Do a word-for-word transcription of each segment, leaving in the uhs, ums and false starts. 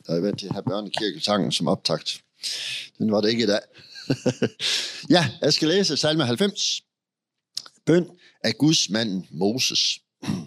Jeg er vant til at have børnekirkesangen som optakt. Den var det ikke i dag. Ja, jeg skal læse salme halvfems. Bøn af Guds manden Moses.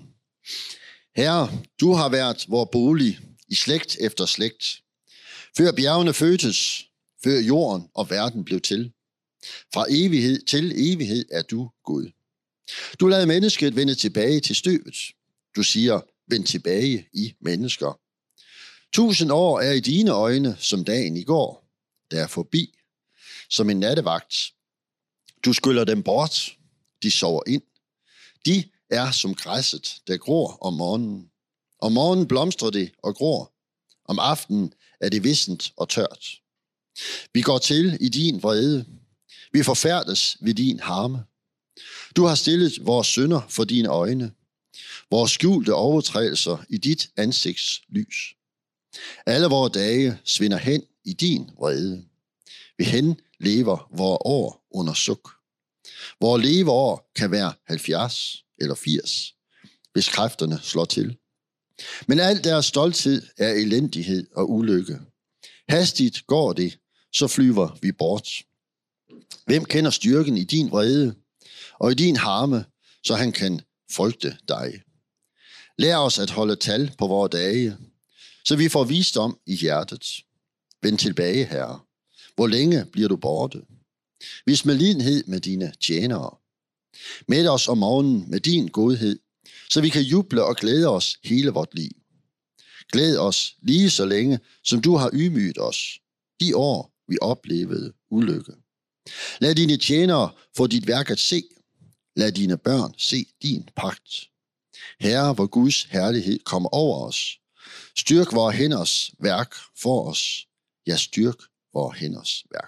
Herre, du har været vor bolig i slægt efter slægt. Før bjergene fødtes, før jorden og verden blev til. Fra evighed til evighed er du Gud. Du lader mennesket vende tilbage til støvet. Du siger, vend tilbage i mennesker. Tusind år er i dine øjne som dagen i går, der er forbi, som en nattevagt. Du skyller dem bort, de sover ind. De er som græsset, der gror om morgenen. Om morgenen blomstrer det og gror. Om aftenen er det vissent og tørt. Vi går til i din vrede. Vi forfærdes ved din harme. Du har stillet vores synder for dine øjne. Vores skjulte overtrædelser i dit ansigts lys. Alle vores dage svinder hen i din vrede. Vi hen lever vores år under suk. Vores leveår kan være halvfjerds eller firs, hvis kræfterne slår til. Men al deres stolthed er elendighed og ulykke. Hastigt går det, så flyver vi bort. Hvem kender styrken i din vrede og i din harme, så han kan frygte dig? Lær os at holde tal på vores dage, så vi får visdom i hjertet. Vend tilbage, Herre. Hvor længe bliver du borte? Vis medlidenhed med dine tjenere. Mæt os om morgenen med din godhed, så vi kan juble og glæde os hele vort liv. Glæd os lige så længe, som du har ydmyget os, de år vi oplevede ulykke. Lad dine tjenere få dit værk at se. Lad dine børn se din pagt. Herre, hvor Guds herlighed kommer over os. Styrk vores hænders værk for os. Ja, styrk vores hænders værk.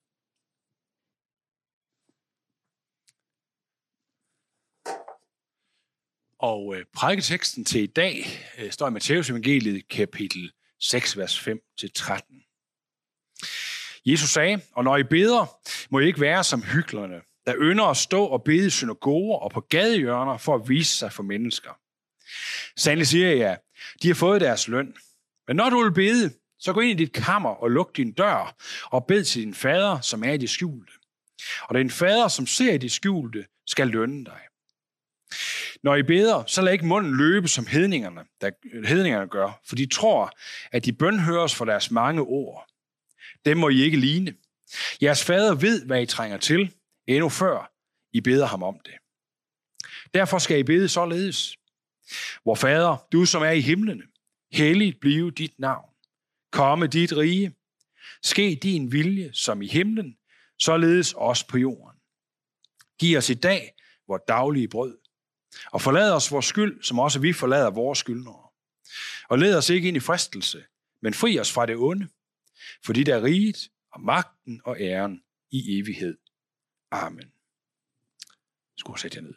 Og øh, prædiketeksten til i dag øh, står i Matteus evangeliet kapitel seks, vers fem til tretten. Jesus sagde, og når I beder, må I ikke være som hyklerne, der ynder at stå og bede i synagoger og på gadehjørner for at vise sig for mennesker. Sandelig siger jeg jer, de har fået deres løn. Men når du vil bede, så gå ind i dit kammer og luk din dør og bed til din fader, som er i det skjulte. Og den fader, som ser i det skjulte, skal lønne dig. Når I beder, så lad ikke munden løbe, som hedningerne, der, hedningerne gør, for de tror, at de bønhøres for deres mange ord. Dem må I ikke ligne. Jeres fader ved, hvad I trænger til, endnu før I beder ham om det. Derfor skal I bede således. Vor fader, du som er i himlene, helligt blive dit navn. Komme dit rige. Ske din vilje, som i himlen, således også på jorden. Giv os i dag vores daglige brød. Og forlad os vores skyld, som også vi forlader vores skyldnere. Og led os ikke ind i fristelse, men fri os fra det onde. Fordi der er riget og magten og æren i evighed. Amen. Skål, sæt jer ned.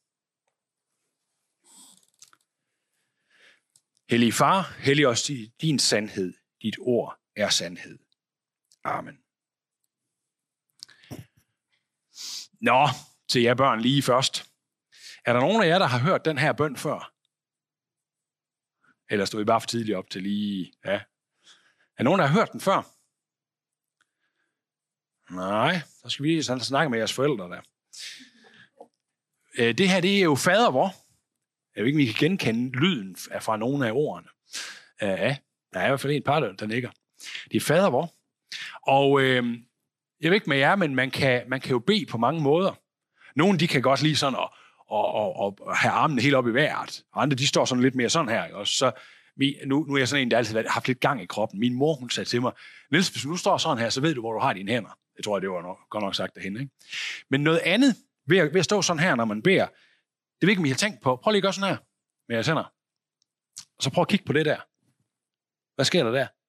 Hellige far, hellig os i din sandhed. Dit ord er sandhed. Amen. Nå, til jer børn lige først. Er der nogen af jer, der har hørt den her bøn før? Eller stod I bare for tidligt op til lige... Ja. Er der nogen, der har hørt den før? Nej, så skal vi sådan snakke med jeres forældre der. Det her, det er jo fader vor. Jeg ved ikke, om I kan genkende lyden fra nogle af ordene. Ja, der er i hvert fald en par, der nikker. Det er fader vor. Og øh, jeg ved ikke med jer, men man kan, man kan jo bede på mange måder. Nogle, de kan godt lide sådan at og, og, og have armene helt op i vejret. Og andre, de står sådan lidt mere sådan her. Ikke? Og så, nu, nu er jeg sådan en, der altid har haft lidt gang i kroppen. Min mor, hun sagde til mig, Niels, hvis du nu står sådan her, så ved du, hvor du har dine hænder. Jeg tror, det var nok, godt nok sagt derhen. Ikke? Men noget andet, ved at, ved at stå sådan her, når man beder, det ved ikke, om I har tænkt på. Prøv lige at gøre sådan her med jeres hænder. Og så prøv at kigge på det der. Hvad sker der der?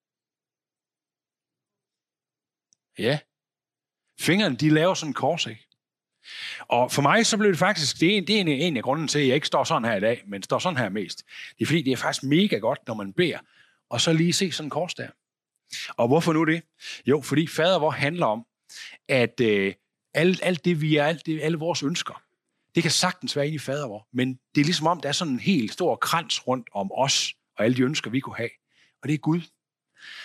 Ja. Fingrene, de laver sådan en kors, ikke? Og for mig, så blev det faktisk, det er, det er en, en af grunden til, at jeg ikke står sådan her i dag, men står sådan her mest. Det er fordi, det er faktisk mega godt, når man beder, og så lige se sådan en kors der. Og hvorfor nu det? Jo, fordi fader vor handler om, at øh, alt, alt det, vi er, alt det, alle vores ønsker, det kan sagtens være inde i fader vor, men det er ligesom om, der er sådan en helt stor krans rundt om os, og alle de ønsker, vi kunne have. Og det er Gud.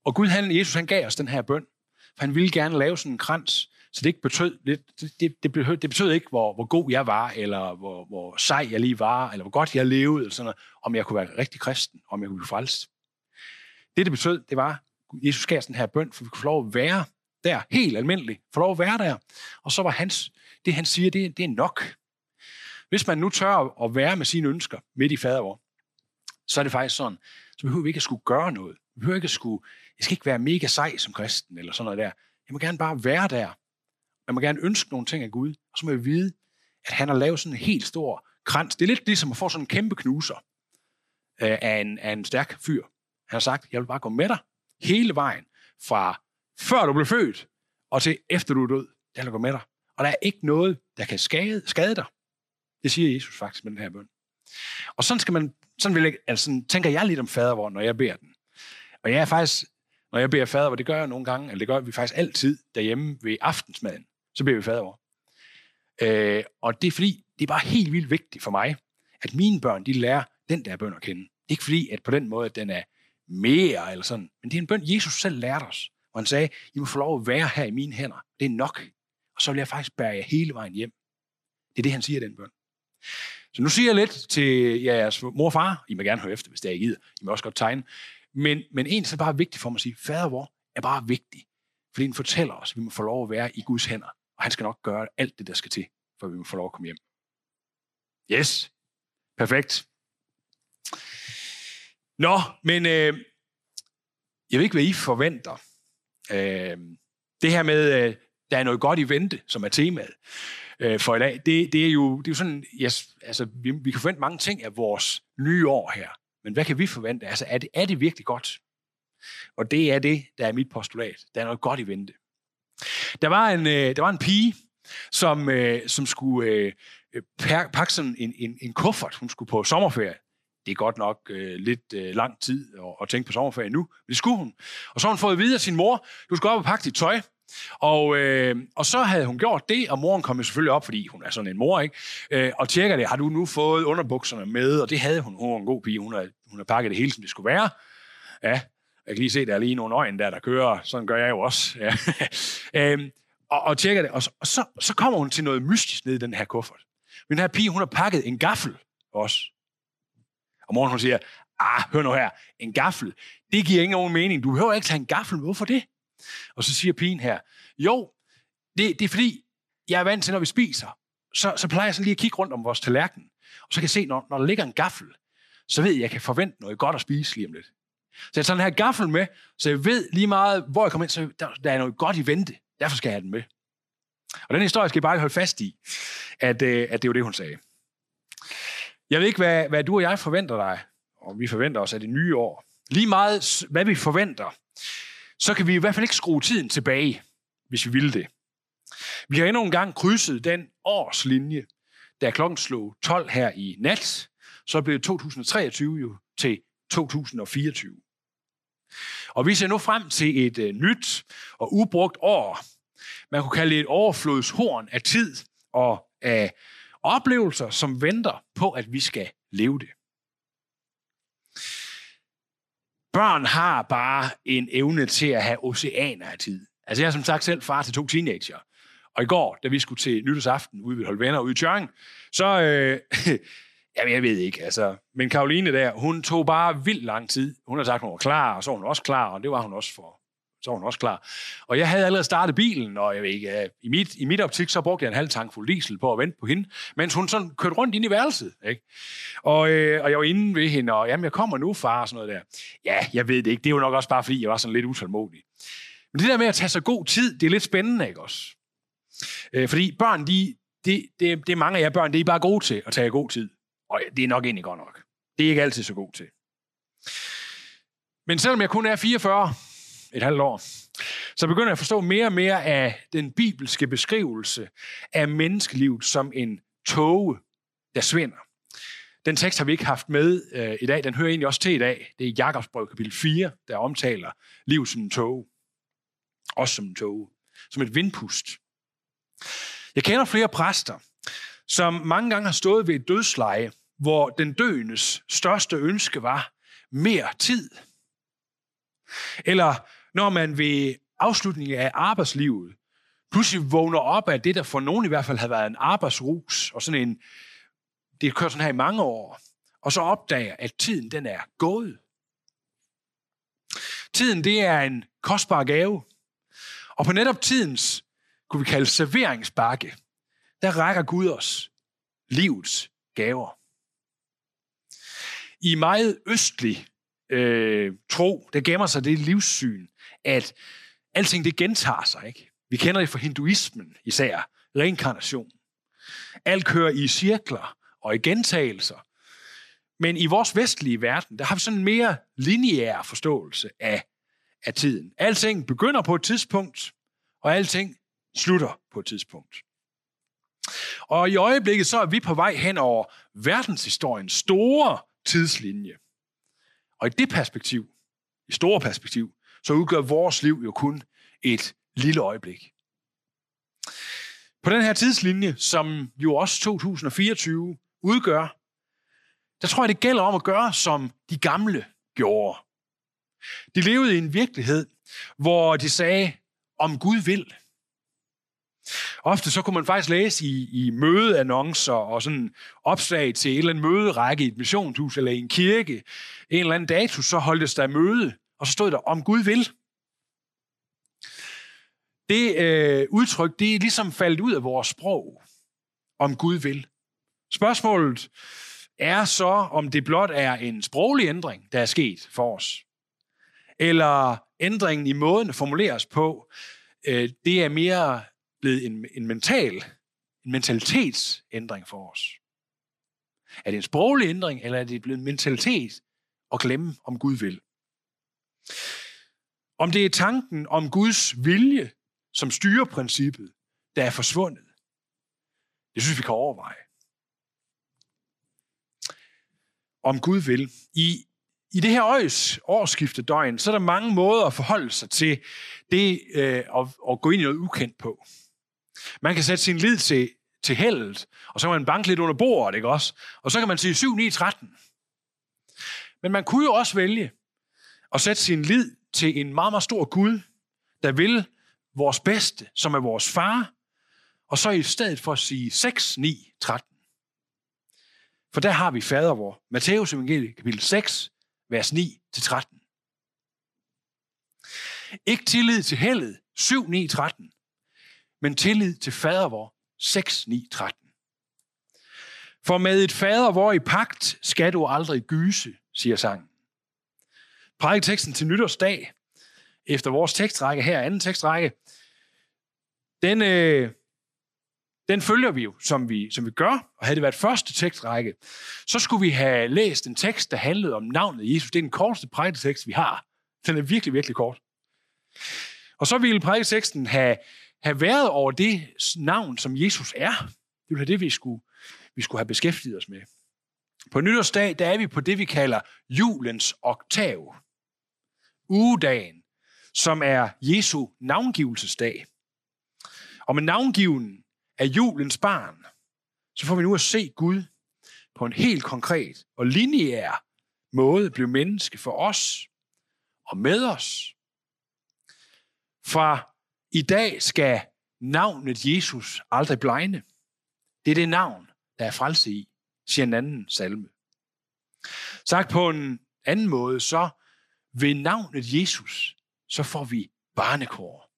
Og Gud, han, Jesus, han gav os den her bøn, for han ville gerne lave sådan en krans, så det ikke betød, det, det, det, betød, det betød ikke, hvor, hvor god jeg var, eller hvor, hvor sej jeg lige var, eller hvor godt jeg levede, eller sådan noget, om jeg kunne være rigtig kristen, om jeg kunne blive frelst. Det, det betød, det var, Jesus gav os den her bøn, for vi kunne få lov at være der, helt almindeligt, få lov at være der. Og så var hans, det han siger, det, det er nok. Hvis man nu tør at være med sine ønsker midt i fadervor, så er det faktisk sådan, så behøver vi ikke at skulle gøre noget. Vi behøver ikke at skulle, jeg skal ikke være mega sej som kristen, eller sådan noget der. Jeg må gerne bare være der. Jeg må gerne ønske nogle ting af Gud, og så må jeg vide, at han har lavet sådan en helt stor krans. Det er lidt ligesom at få sådan en kæmpe knuser øh, af, en, af en stærk fyr. Han har sagt, jeg vil bare gå med dig hele vejen, fra før du blev født, og til efter du er død. Jeg vil gå med dig. Og der er ikke noget, der kan skade, skade dig. Det siger Jesus faktisk med den her bøn. Og sådan skal man, sådan vil jeg, altså sådan tænker jeg lidt om fadervor, når jeg beder den. Og jeg er faktisk, når jeg beder fadervor, det gør jeg nogle gange, eller det gør vi faktisk altid derhjemme ved aftensmaden, så beder vi fadervor. Øh, og det er fordi, det er bare helt vildt vigtigt for mig, at mine børn, de lærer den der bøn at kende. Det er ikke fordi, at på den måde, at den er mere eller sådan, men det er en bøn, Jesus selv lærte os, hvor han sagde, I må få lov at være her i mine hænder. Det er nok. Og så vil jeg faktisk bære jer hele vejen hjem. Det er det, han siger i den bøn. Så nu siger jeg lidt til jeres mor og far, I må gerne høre efter, hvis det er I gider. I må også godt tegne. Men, men en, så er bare vigtigt for mig at sige, fadervor er bare vigtig, fordi den fortæller os, at vi må få lov at være i Guds hænder, og han skal nok gøre alt det, der skal til, for vi må få lov at komme hjem. Yes. Perfekt. Nå, men øh, jeg ved ikke, hvad I forventer. Øh, det her med, øh, der er noget godt i vente, som er temaet øh, for i dag, det, det, er jo, det er jo sådan, yes, altså, vi, vi kan forvente mange ting af vores nye år her. Men hvad kan vi forvente? Altså, er det, er det virkelig godt? Og det er det, der er mit postulat. Der er noget godt i vente. Der var en, øh, der var en pige, som, øh, som skulle øh, pakke sådan en, en, en kuffert. Hun skulle på sommerferie. Det er godt nok øh, lidt øh, lang tid at, at tænke på sommerferie nu, men det skulle hun. Og så har hun fået at vide af sin mor, du skal op og pakke dit tøj. Og, øh, og så havde hun gjort det, og moren kom jo selvfølgelig op, fordi hun er sådan en mor, ikke? Øh, og tjekker det, har du nu fået underbukserne med? Og det havde hun. Hun var en god pige, hun har, hun har pakket det hele, som det skulle være. Ja, jeg kan lige se, der er lige nogle øjne der, der kører. Sådan gør jeg jo også. Ja. øh, og, og tjekker det, og, så, og så, så kommer hun til noget mystisk ned i den her kuffert. Men den her pige, hun har pakket en gaffel også. Og moren, hun siger, ah, hør nu her, en gaffel, det giver ingen nogen mening. Du behøver ikke tage en gaffel med. Hvorfor det? Og så siger pigen her, jo, det, det er fordi, jeg er vant til, når vi spiser, så, så plejer jeg sådan lige at kigge rundt om vores tallerken, og så kan jeg se, når, når der ligger en gaffel, så ved jeg, at jeg kan forvente noget godt at spise lige om lidt. Så jeg tager den her gaffel med, så jeg ved lige meget, hvor jeg kommer ind, så der, der er noget godt i vente. Derfor skal jeg have den med. Og den historie skal jeg bare holde fast i, at, øh, at det var det, hun sagde. Jeg ved ikke, hvad, hvad du og jeg forventer dig, og vi forventer os af det nye år. Lige meget, hvad vi forventer, så kan vi i hvert fald ikke skrue tiden tilbage, hvis vi ville det. Vi har endnu en gang krydset den årslinje, da klokken slog tolv her i nat, så blev to tusind og treogtyve jo til to tusind og fireogtyve. Og vi ser nu frem til et uh, nyt og ubrugt år. Man kunne kalde det et overflodshorn af tid og af oplevelser, som venter på, at vi skal leve det. Børn har bare en evne til at have oceaner af tid. Altså jeg er som sagt selv far til to teenager. Og i går, da vi skulle til nytårsaften ude ved Holde Venner ude i Tjørring, så, øh, jamen jeg ved ikke, altså, men Karoline der, hun tog bare vildt lang tid. Hun har sagt, hun var klar, og så var hun også klar, og det var hun også for. Så var hun også klar. Og jeg havde allerede startet bilen, og jeg ved ikke, i mit, i mit optik, så brugte jeg en halv tank fuld diesel på at vente på hende, mens hun sådan kørte rundt ind i værelset, ikke? Og, øh, og jeg var inde ved hende, og jamen, jeg kommer nu, far, og sådan noget der. Ja, jeg ved det ikke, det er jo nok også bare, fordi jeg var sådan lidt utålmodig. Men det der med at tage så god tid, det er lidt spændende, ikke også? Øh, fordi børn, de, det, det, det er mange af jer børn, det er bare gode til at tage god tid. Og det er nok egentlig godt nok. Det er ikke altid så god til. Men selvom jeg kun er fireogfyrre, et halvt år, så begynder jeg at forstå mere og mere af den bibelske beskrivelse af menneskelivet som en tåge, der svinder. Den tekst har vi ikke haft med øh, i dag, den hører egentlig også til i dag. Det er Jakobs brev kapitel fire, der omtaler liv som en tåge. Også som en tåge. Som et vindpust. Jeg kender flere præster, som mange gange har stået ved et dødsleje, hvor den døendes største ønske var mere tid. Eller når man ved afslutningen af arbejdslivet pludselig vågner op af det, der for nogen i hvert fald havde været en arbejdsrus, og sådan en, det kører sådan her i mange år, og så opdager, at tiden den er gået. Tiden, det er en kostbar gave, og på netop tidens, kunne vi kalde serveringsbakke, der rækker Gud os livets gaver. I meget østlig øh, tro, der gemmer sig det livssyn, at alting det gentager sig, ikke? Vi kender det fra hinduismen, især reinkarnation. Alt kører i cirkler og i gentagelser. Men i vores vestlige verden, der har vi sådan en mere lineær forståelse af, af tiden. Alting begynder på et tidspunkt, og alting slutter på et tidspunkt. Og i øjeblikket så er vi på vej hen over verdenshistoriens store tidslinje. Og i det perspektiv, i store perspektiv, så udgør vores liv jo kun et lille øjeblik. På den her tidslinje, som jo også to tusind fireogtyve udgør, der tror jeg, det gælder om at gøre, som de gamle gjorde. De levede i en virkelighed, hvor de sagde, om Gud vil. Ofte så kunne man faktisk læse i, i mødeannoncer og sådan opslag til en eller anden møderække i et missionshus eller i en kirke. En eller anden dato, så holdtes der møde, og så stod der, om Gud vil. Det øh, udtryk, det er ligesom faldet ud af vores sprog, om Gud vil. Spørgsmålet er så, om det blot er en sproglig ændring, der er sket for os. Eller ændringen i måden at formuleres på, øh, det er mere blevet en, en mental, en mentalitetsændring for os. Er det en sproglig ændring, eller er det blevet en mentalitet at glemme, om Gud vil? Om det er tanken om Guds vilje, som styrer princippet, der er forsvundet. Det synes vi kan overveje. Om Gud vil. I, i det her års, årsskiftedøgn, så er der mange måder at forholde sig til det øh, at, at gå ind i noget ukendt på. Man kan sætte sin lid til, til heldet, og så kan man banke lidt under bordet, ikke også? Og så kan man sige syv ni tretten. Men man kunne jo også vælge at sætte sin lid til en meget, meget stor Gud, der vil vores bedste, som er vores far, og så i stedet for at sige seks ni tretten. For der har vi fader vor. Matteus evangeliet, kapitel seks, vers ni til tretten. Ikke tillid til heldet, syv ni tretten, men tillid til fader vor, seks ni tretten. For med et fader vor i pagt skal du aldrig gyse, siger sangen. Prædiketeksten til nytårsdag, efter vores tekstrække her, anden tekstrække, den, øh, den følger vi jo, som vi, som vi gør. Og havde det været første tekstrække, så skulle vi have læst en tekst, der handlede om navnet Jesus. Det er den korteste prædiketekst, vi har. Den er virkelig, virkelig kort. Og så ville prædiketeksten have, have været over det navn, som Jesus er. Det ville have det, vi skulle, vi skulle have beskæftiget os med. På nytårsdag, der er vi på det, vi kalder julens oktav. Ugedagen, som er Jesu navngivelsesdag. Og med navngiven af julens barn, så får vi nu at se Gud på en helt konkret og lineær måde blive menneske for os og med os. Fra i dag skal navnet Jesus aldrig blegne. Det er det navn, der er frelse i, siger en anden salme. Sagt på en anden måde, så ved navnet Jesus, så får vi barnekår.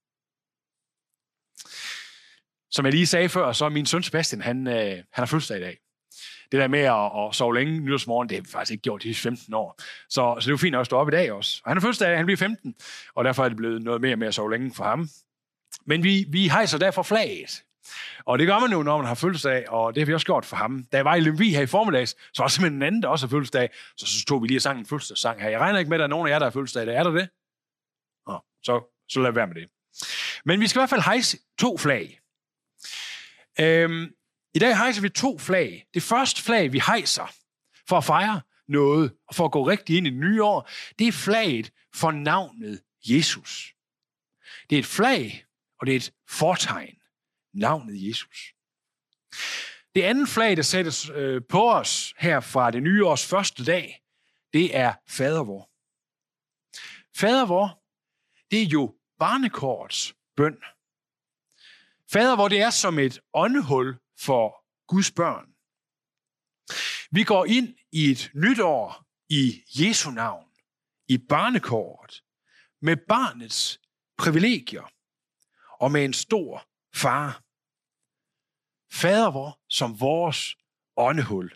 Som jeg lige sagde før, så er min søn Sebastian, han, øh, han har fødselsdag i dag. Det der med at, at sove længe nytårsmorgen, det har vi faktisk ikke gjort de femten år. Så, så det er jo fint at stå op i dag også. Og han har fødselsdag, han bliver femten, og derfor er det blevet noget mere med at sove længe for ham. Men vi, vi hejser derfor flaget. Og det gør man jo, når man har fødselsdag, og det har vi også gjort for ham. Da jeg var i Lemvig her i formiddags, så var der simpelthen en anden, der også har fødselsdag. Så, så tog vi lige og sang en fødselsdagssang her. Jeg regner ikke med, at der er nogen af jer, der har fødselsdag. Er der det? Nå, så, så lad være med det. Men vi skal i hvert fald hejse to flag. Øhm, I dag hejser vi to flag. Det første flag, vi hejser for at fejre noget, og for at gå rigtig ind i det nye år, det er flaget for navnet Jesus. Det er et flag, og det er et fortegn. Navnet Jesus. Det andet flag, der sættes øh, på os her fra det nye års første dag, det er fader vor. Fader vor, det er jo barnekårets bøn. Fader, hvor det er som et åndehul for Guds børn. Vi går ind i et nyt år i Jesu navn, i barnekåret, med barnets privilegier og med en stor far. Fader vor som vores åndehul.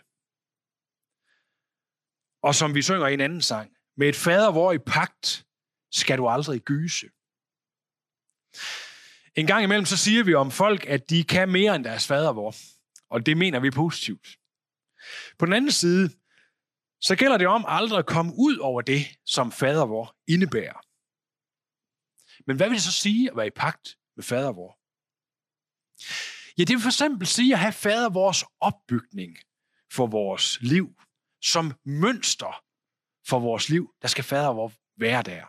Og som vi synger i en anden sang, med et fader vor i pagt skal du aldrig gyse. En gang imellem så siger vi om folk, at de kan mere end deres fader vor, og det mener vi positivt. På den anden side, så gælder det om aldrig at komme ud over det, som fader vor indebærer. Men hvad vil det så sige at være i pagt med fader vor? Ja, det vil for eksempel sige at have fader vores opbygning for vores liv. Som mønster for vores liv, der skal fader vor være der.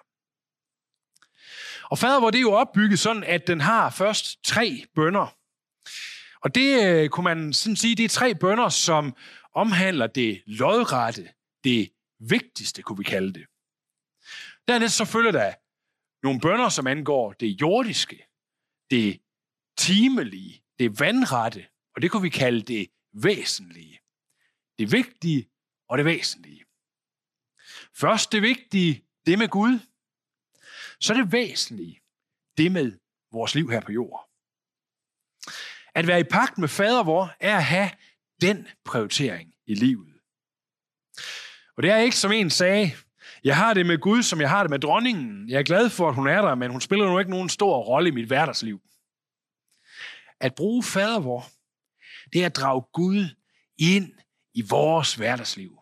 Og fader vor, det er jo opbygget sådan, at den har først tre bønner. Og det kunne man sådan sige, det er tre bønner, som omhandler det lodrette, det vigtigste, kunne vi kalde det. Dernæst så følger der nogle bønner, som angår det jordiske, det timelige, det vandrette, og det kunne vi kalde det væsentlige. Det vigtige og det væsentlige. Først det vigtige, det med Gud. Så det væsentlige, det med vores liv her på jorden. At være i pagt med fader vor, er at have den prioritering i livet. Og det er ikke, som en sagde, jeg har det med Gud, som jeg har det med dronningen. Jeg er glad for, at hun er der, men hun spiller nu ikke nogen stor rolle i mit hverdagsliv. At bruge fader vor, det er at drage Gud ind i vores hverdagsliv.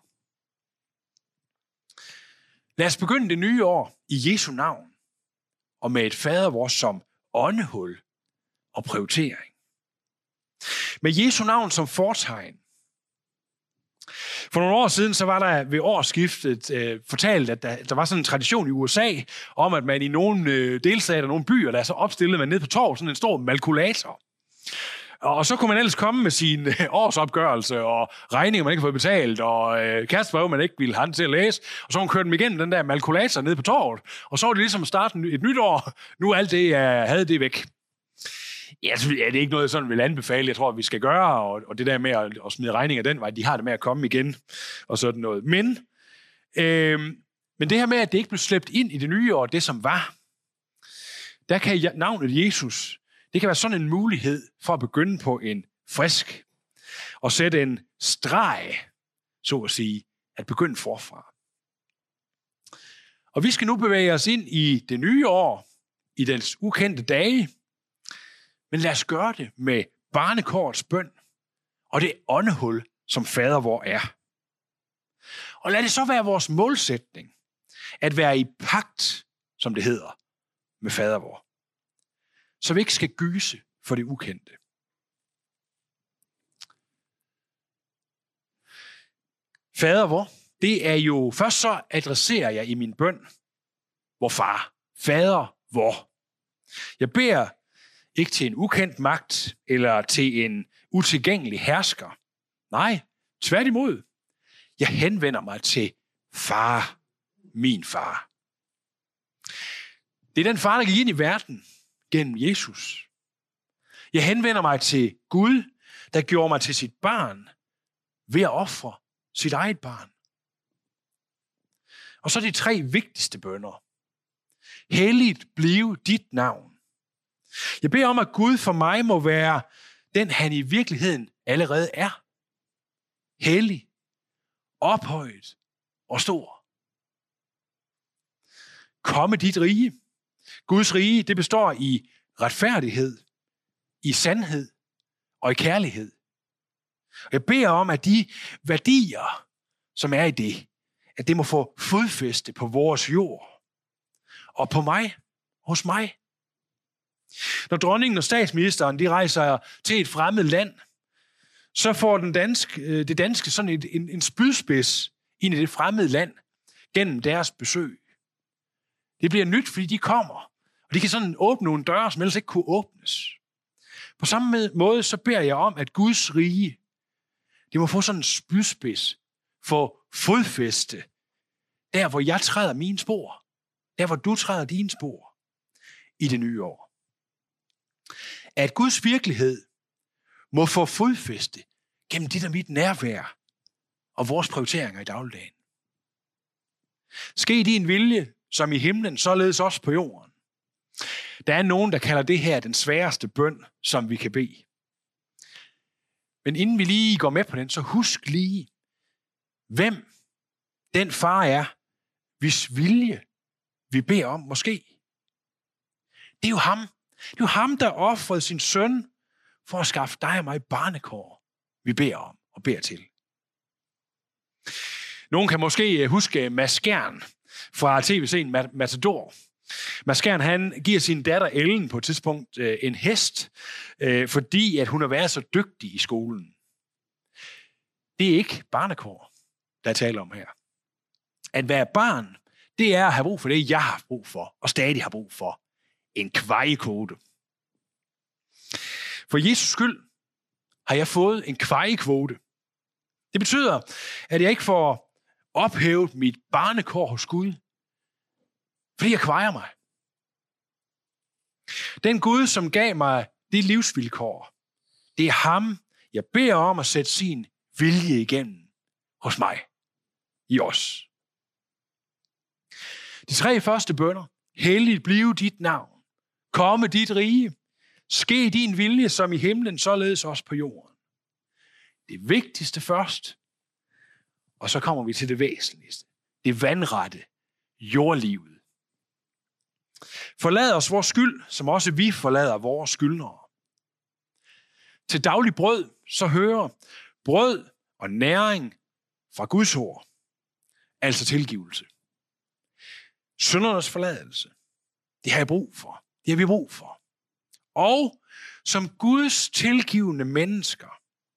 Lad os begynde det nye år i Jesu navn, og med et fader vor som åndehul og prioritering. Med Jesu navn som fortegn. For nogle år siden, så var der ved årsskiftet øh, fortalt, at der, der var sådan en tradition i U S A, om at man i nogle øh, delstater, nogle byer, der så opstillede man ned på torvet sådan en stor kalkulator. Og så kunne man ellers komme med sin øh, årsopgørelse og regninger, man ikke har fået betalt, og øh, kærestebreve, man ikke ville have den til at læse. Og så hun kørte dem igennem den der kalkulator ned på torvet. Og så var det ligesom at starte et nyt år. Nu alt det, jeg havde, det væk. Ja, det er ikke noget, jeg sådan vil anbefale, jeg tror, at vi skal gøre, og, og det der med at, at smide regninger den vej, de har det med at komme igen, og sådan noget. Men, øh, men det her med, at det ikke blev slæbt ind i det nye år, det som var, der kan navnet Jesus, det kan være sådan en mulighed for at begynde på en frisk, og sætte en streg, så at sige, at begynde forfra. Og vi skal nu bevæge os ind i det nye år, i dens ukendte dage, men lad os gøre det med barnekårets bøn og det åndehul, som fader vor er. Og lad det så være vores målsætning, at være i pagt, som det hedder, med fader vor. Så vi ikke skal gyse for det ukendte. Fader vor, det er jo, først så adresserer jeg i min bøn, vor far, fader vor. Jeg beder ikke til en ukendt magt, eller til en utilgængelig hersker. Nej, tværtimod. Jeg henvender mig til far, min far. Det er den far, der gik ind i verden gennem Jesus. Jeg henvender mig til Gud, der gjorde mig til sit barn, ved at ofre sit eget barn. Og så de tre vigtigste bønner. Helligt blive dit navn. Jeg beder om, at Gud for mig må være den, han i virkeligheden allerede er. Hellig, ophøjet og stor. Komme dit rige. Guds rige, det består i retfærdighed, i sandhed og i kærlighed. Jeg beder om, at de værdier, som er i det, at det må få fodfæste på vores jord. Og på mig, hos mig. Når dronningen og statsministeren de rejser til et fremmed land, så får den danske, det danske sådan et, en, en spydspids ind i det fremmede land gennem deres besøg. Det bliver nyt, fordi de kommer, og de kan sådan åbne nogle døre, som ellers ikke kunne åbnes. På samme måde så beder jeg om, at Guds rige, de må få sådan en spydspids, få fodfæste, der hvor jeg træder mine spor, der hvor du træder dine spor. i det nye år. At Guds virkelighed må få fodfæste gennem dit og mit nærvær og vores prioriteringer i dagligdagen. Ske din vilje, som i himlen, således også på jorden. Der er nogen, der kalder det her den sværeste bøn, som vi kan bede. Men inden vi lige går med på den, så husk lige, hvem den far er, hvis vilje vi beder om måske. Det er jo ham. Det er jo ham, der ofrede sin søn for at skaffe dig og mig barnekår, vi beder om og beder til. Nogen kan måske huske Mads Skjern fra tv-serien Matador. Mads Skjern, han giver sin datter Ellen på et tidspunkt en hest, fordi at hun har været så dygtig i skolen. Det er ikke barnekår, der er tale om her. At være barn, det er at have brug for det, jeg har brug for, og stadig har brug for. En kvejekvote. For Jesus skyld har jeg fået en kvejekvote. Det betyder, at jeg ikke får ophævet mit barnekår hos Gud, fordi jeg kvejer mig. Den Gud, som gav mig det livsvilkår, det er ham, jeg beder om at sætte sin vilje igennem hos mig, i os. De tre første bønner: helligt blive dit navn, komme dit rige, ske din vilje som i himlen, således også på jorden. Det vigtigste først, og så kommer vi til det væsentligste. Det vandrette, jordlivet. Forlad os vores skyld, som også vi forlader vores skyldnere. Til daglig brød, så hører brød og næring fra Guds ord, altså tilgivelse. Syndernes forladelse, det har jeg brug for. Det har vi brug for. Og som Guds tilgivende mennesker,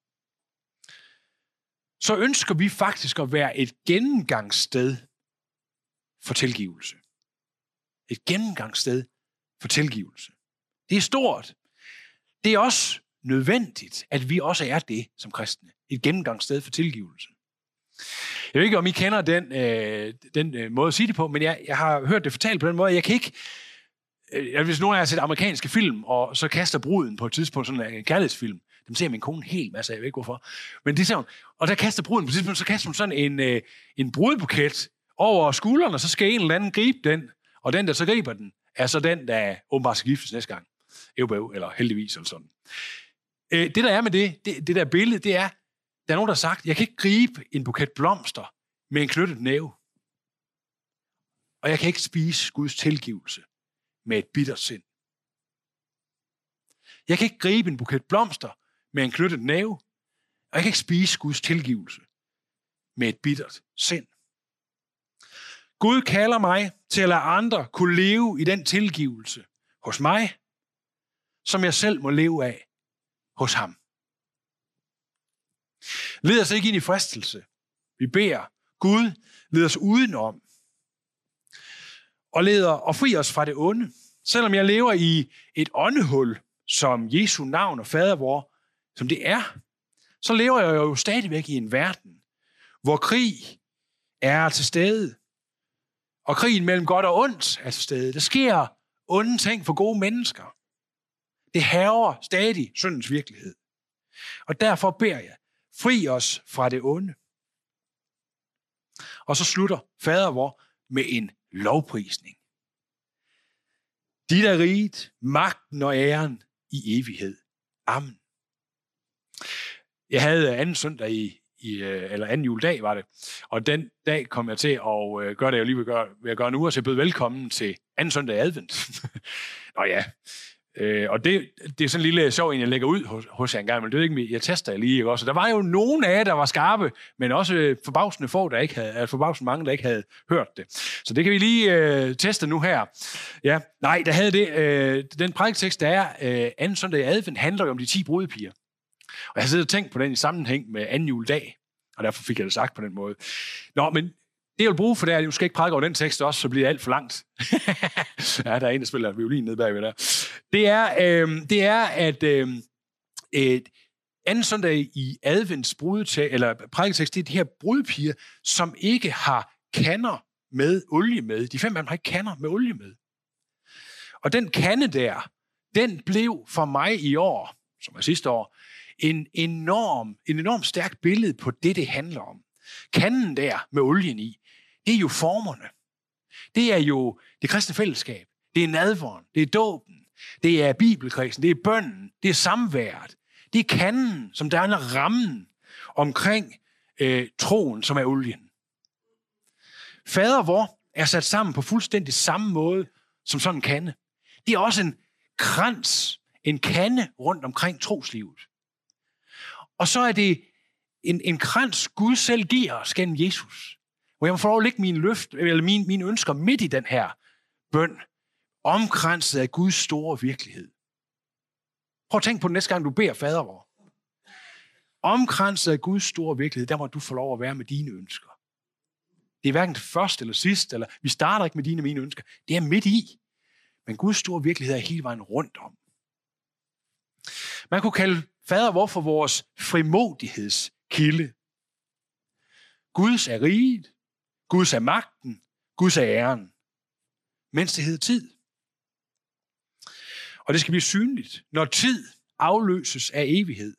så ønsker vi faktisk at være et gennemgangssted for tilgivelse. Et gennemgangssted for tilgivelse. Det er stort. Det er også nødvendigt, at vi også er det som kristne. Et gennemgangssted for tilgivelse. Jeg ved ikke, om I kender den, øh, den øh, måde at sige det på, men jeg, jeg har hørt det fortalt på den måde. Jeg kan ikke... Øh, hvis nogen af jer har set amerikanske film, og så kaster bruden på et tidspunkt sådan en kærlighedsfilm, dem ser min kone en hel masse, jeg ved ikke hvorfor. Men det ser hun. Og der kaster bruden på et tidspunkt, så kaster hun sådan en, øh, en brudbuket over skulderen, og så skal en eller anden gribe den. Og den, der så griber den, er så den, der åbenbart skal giftes næste gang. Ev, eller heldigvis, eller sådan. Øh, det, der er med det, det, det der billede, det er, der er nogen, der har sagt, jeg kan ikke gribe en buket blomster med en knyttet næve. Og jeg kan ikke spise Guds tilgivelse med et bittert sind. Jeg kan ikke gribe en buket blomster med en knyttet næve. Og jeg kan ikke spise Guds tilgivelse med et bittert sind. Gud kalder mig til at lade andre kunne leve i den tilgivelse hos mig, som jeg selv må leve af hos ham. Led os ikke ind i fristelse. Vi beder Gud, led os udenom. Og leder og fri os fra det onde. Selvom jeg lever i et åndehul, som Jesu navn og fader vor, som det er, så lever jeg jo stadigvæk i en verden, hvor krig er til stede. Og krigen mellem godt og ondt er til stede. Der sker onde ting for gode mennesker. Det hærger stadig syndens virkelighed. Og derfor beder jeg, fri os fra det onde. Og så slutter fader vor med en lovprisning. Dit er riget, magten og æren i evighed. Amen. Jeg havde anden søndag i, i eller anden juledag var det, og den dag kom jeg til at gøre det, jeg lige vil gøre, vil jeg gøre nu, og så jeg bød velkommen til anden søndag i advent. Nå ja, øh, og det, det er sådan en lille sjov en, jeg lægger ud hos, hos jer en gang, men det er ikke, jeg tester jeg lige, ikke også? Der var jo nogen af jer, der var skarpe, men også forbavsende få, der ikke havde, forbavsende mange, der ikke havde hørt det. Så det kan vi lige øh, teste nu her. Ja, nej, der havde det, øh, den prædiketekst, der er øh, anden søndag i advent, handler jo om de ti brudepiger. Og jeg har siddet og tænkt på den i sammenhæng med anden juledag, og derfor fik jeg det sagt på den måde. Nå, men det jeg vil bruge for det er, at du skal ikke prædike over den tekst også, så bliver det alt for langt. Ja, der er en, der spiller violin nede bagved der. Det er, øh, det er at øh, et anden søndag i advents brudetekst, eller prædiketekst, det er de her brudepiger, som ikke har kander med olie med. De fem af dem har ikke kander med olie med. Og den kande der, den blev for mig i år, som er sidste år, en enorm, en enorm stærk billede på det, det handler om. Kanden der med olien i, det er jo formerne. Det er jo det kristne fællesskab. Det er nadveren. Det er dåben. Det er bibelkredsen. Det er bønnen. Det er samværet. Det er kanden, som der er rammen omkring øh, troen, som er olien. Fader vor er sat sammen på fuldstændig samme måde som sådan en kande. Det er også en krans, en kande rundt omkring troslivet. Og så er det en, en krans, Gud selv giver os gennem Jesus. Hvor jeg må få lov at lægge mine, løft, eller mine, mine ønsker midt i den her bøn, omkranset af Guds store virkelighed. Prøv at tænke på det næste gang, du beder fader vor. Omkranset af Guds store virkelighed, der må du få lov at være med dine ønsker. Det er hverken det første eller sidste, eller vi starter ikke med dine og mine ønsker. Det er midt i. Men Guds store virkelighed er hele vejen rundt om. Man kunne kalde fader vor for vores frimodighedskilde. Guds er riget, Guds er magten, Guds er æren. Mens det hedder tid. Og det skal blive synligt, når tid afløses af evighed.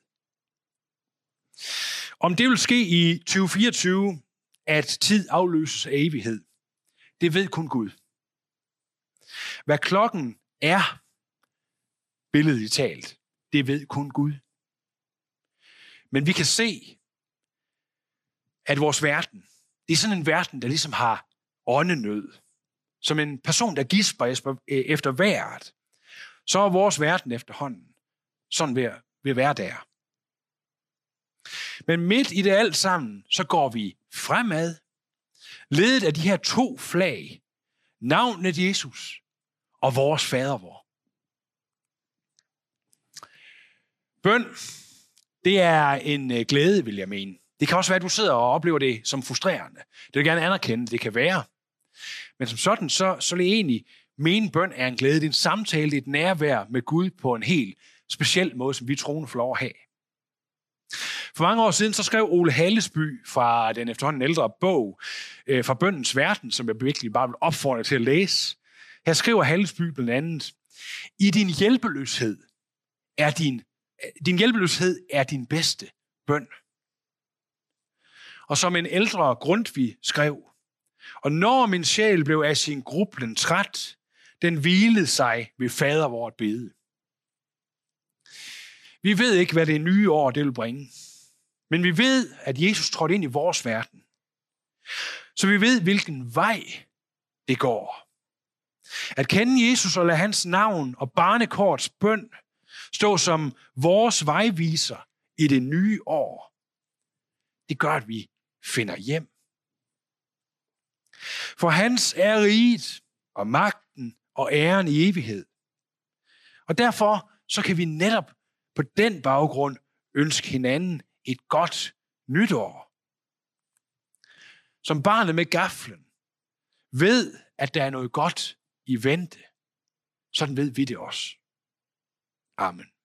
Om det vil ske i tyve fireogtyve, at tid afløses af evighed, det ved kun Gud. Hvad klokken er, billedligt talt, det ved kun Gud. Men vi kan se, at vores verden, det er sådan en verden, der ligesom har åndenød. Som en person, der gisper efter vejret, så er vores verden efterhånden sådan ved, ved at være der. Men midt i det alt sammen, så går vi fremad, ledet af de her to flag, navnet Jesus og vores fader vor. Bøn, det er en glæde, vil jeg mene. Det kan også være, at du sidder og oplever det som frustrerende. Det vil jeg gerne anerkende, det kan være. Men som sådan, så, så vil jeg egentlig mene, bøn er en glæde. Det er en samtale, det er et nærvær med Gud på en helt speciel måde, som vi troende får lov at have. For mange år siden, så skrev Ole Hallesby fra den efterhånden ældre bog øh, fra Bønnens Verden, som jeg virkelig bare vil opfordre til at læse. Her skriver Hallesby blandt andet, i din hjælpeløshed er din, din hjælpeløshed er din bedste bøn. Og som en ældre Grundtvig skrev, og når min sjæl blev af sin grublen træt, den hvilede sig ved fader vort bede. Vi ved ikke, hvad det nye år det vil bringe. Men vi ved, at Jesus trådte ind i vores verden. Så vi ved, hvilken vej det går. At kende Jesus og lade hans navn og barnekorts bøn stå som vores vejviser i det nye år, det gør, at vi finder hjem. For hans er riget og magten og æren i evighed. Og derfor så kan vi netop på den baggrund ønske hinanden et godt nytår. Som barnet med gaflen ved, at der er noget godt i vente, sådan ved vi det også. Amen.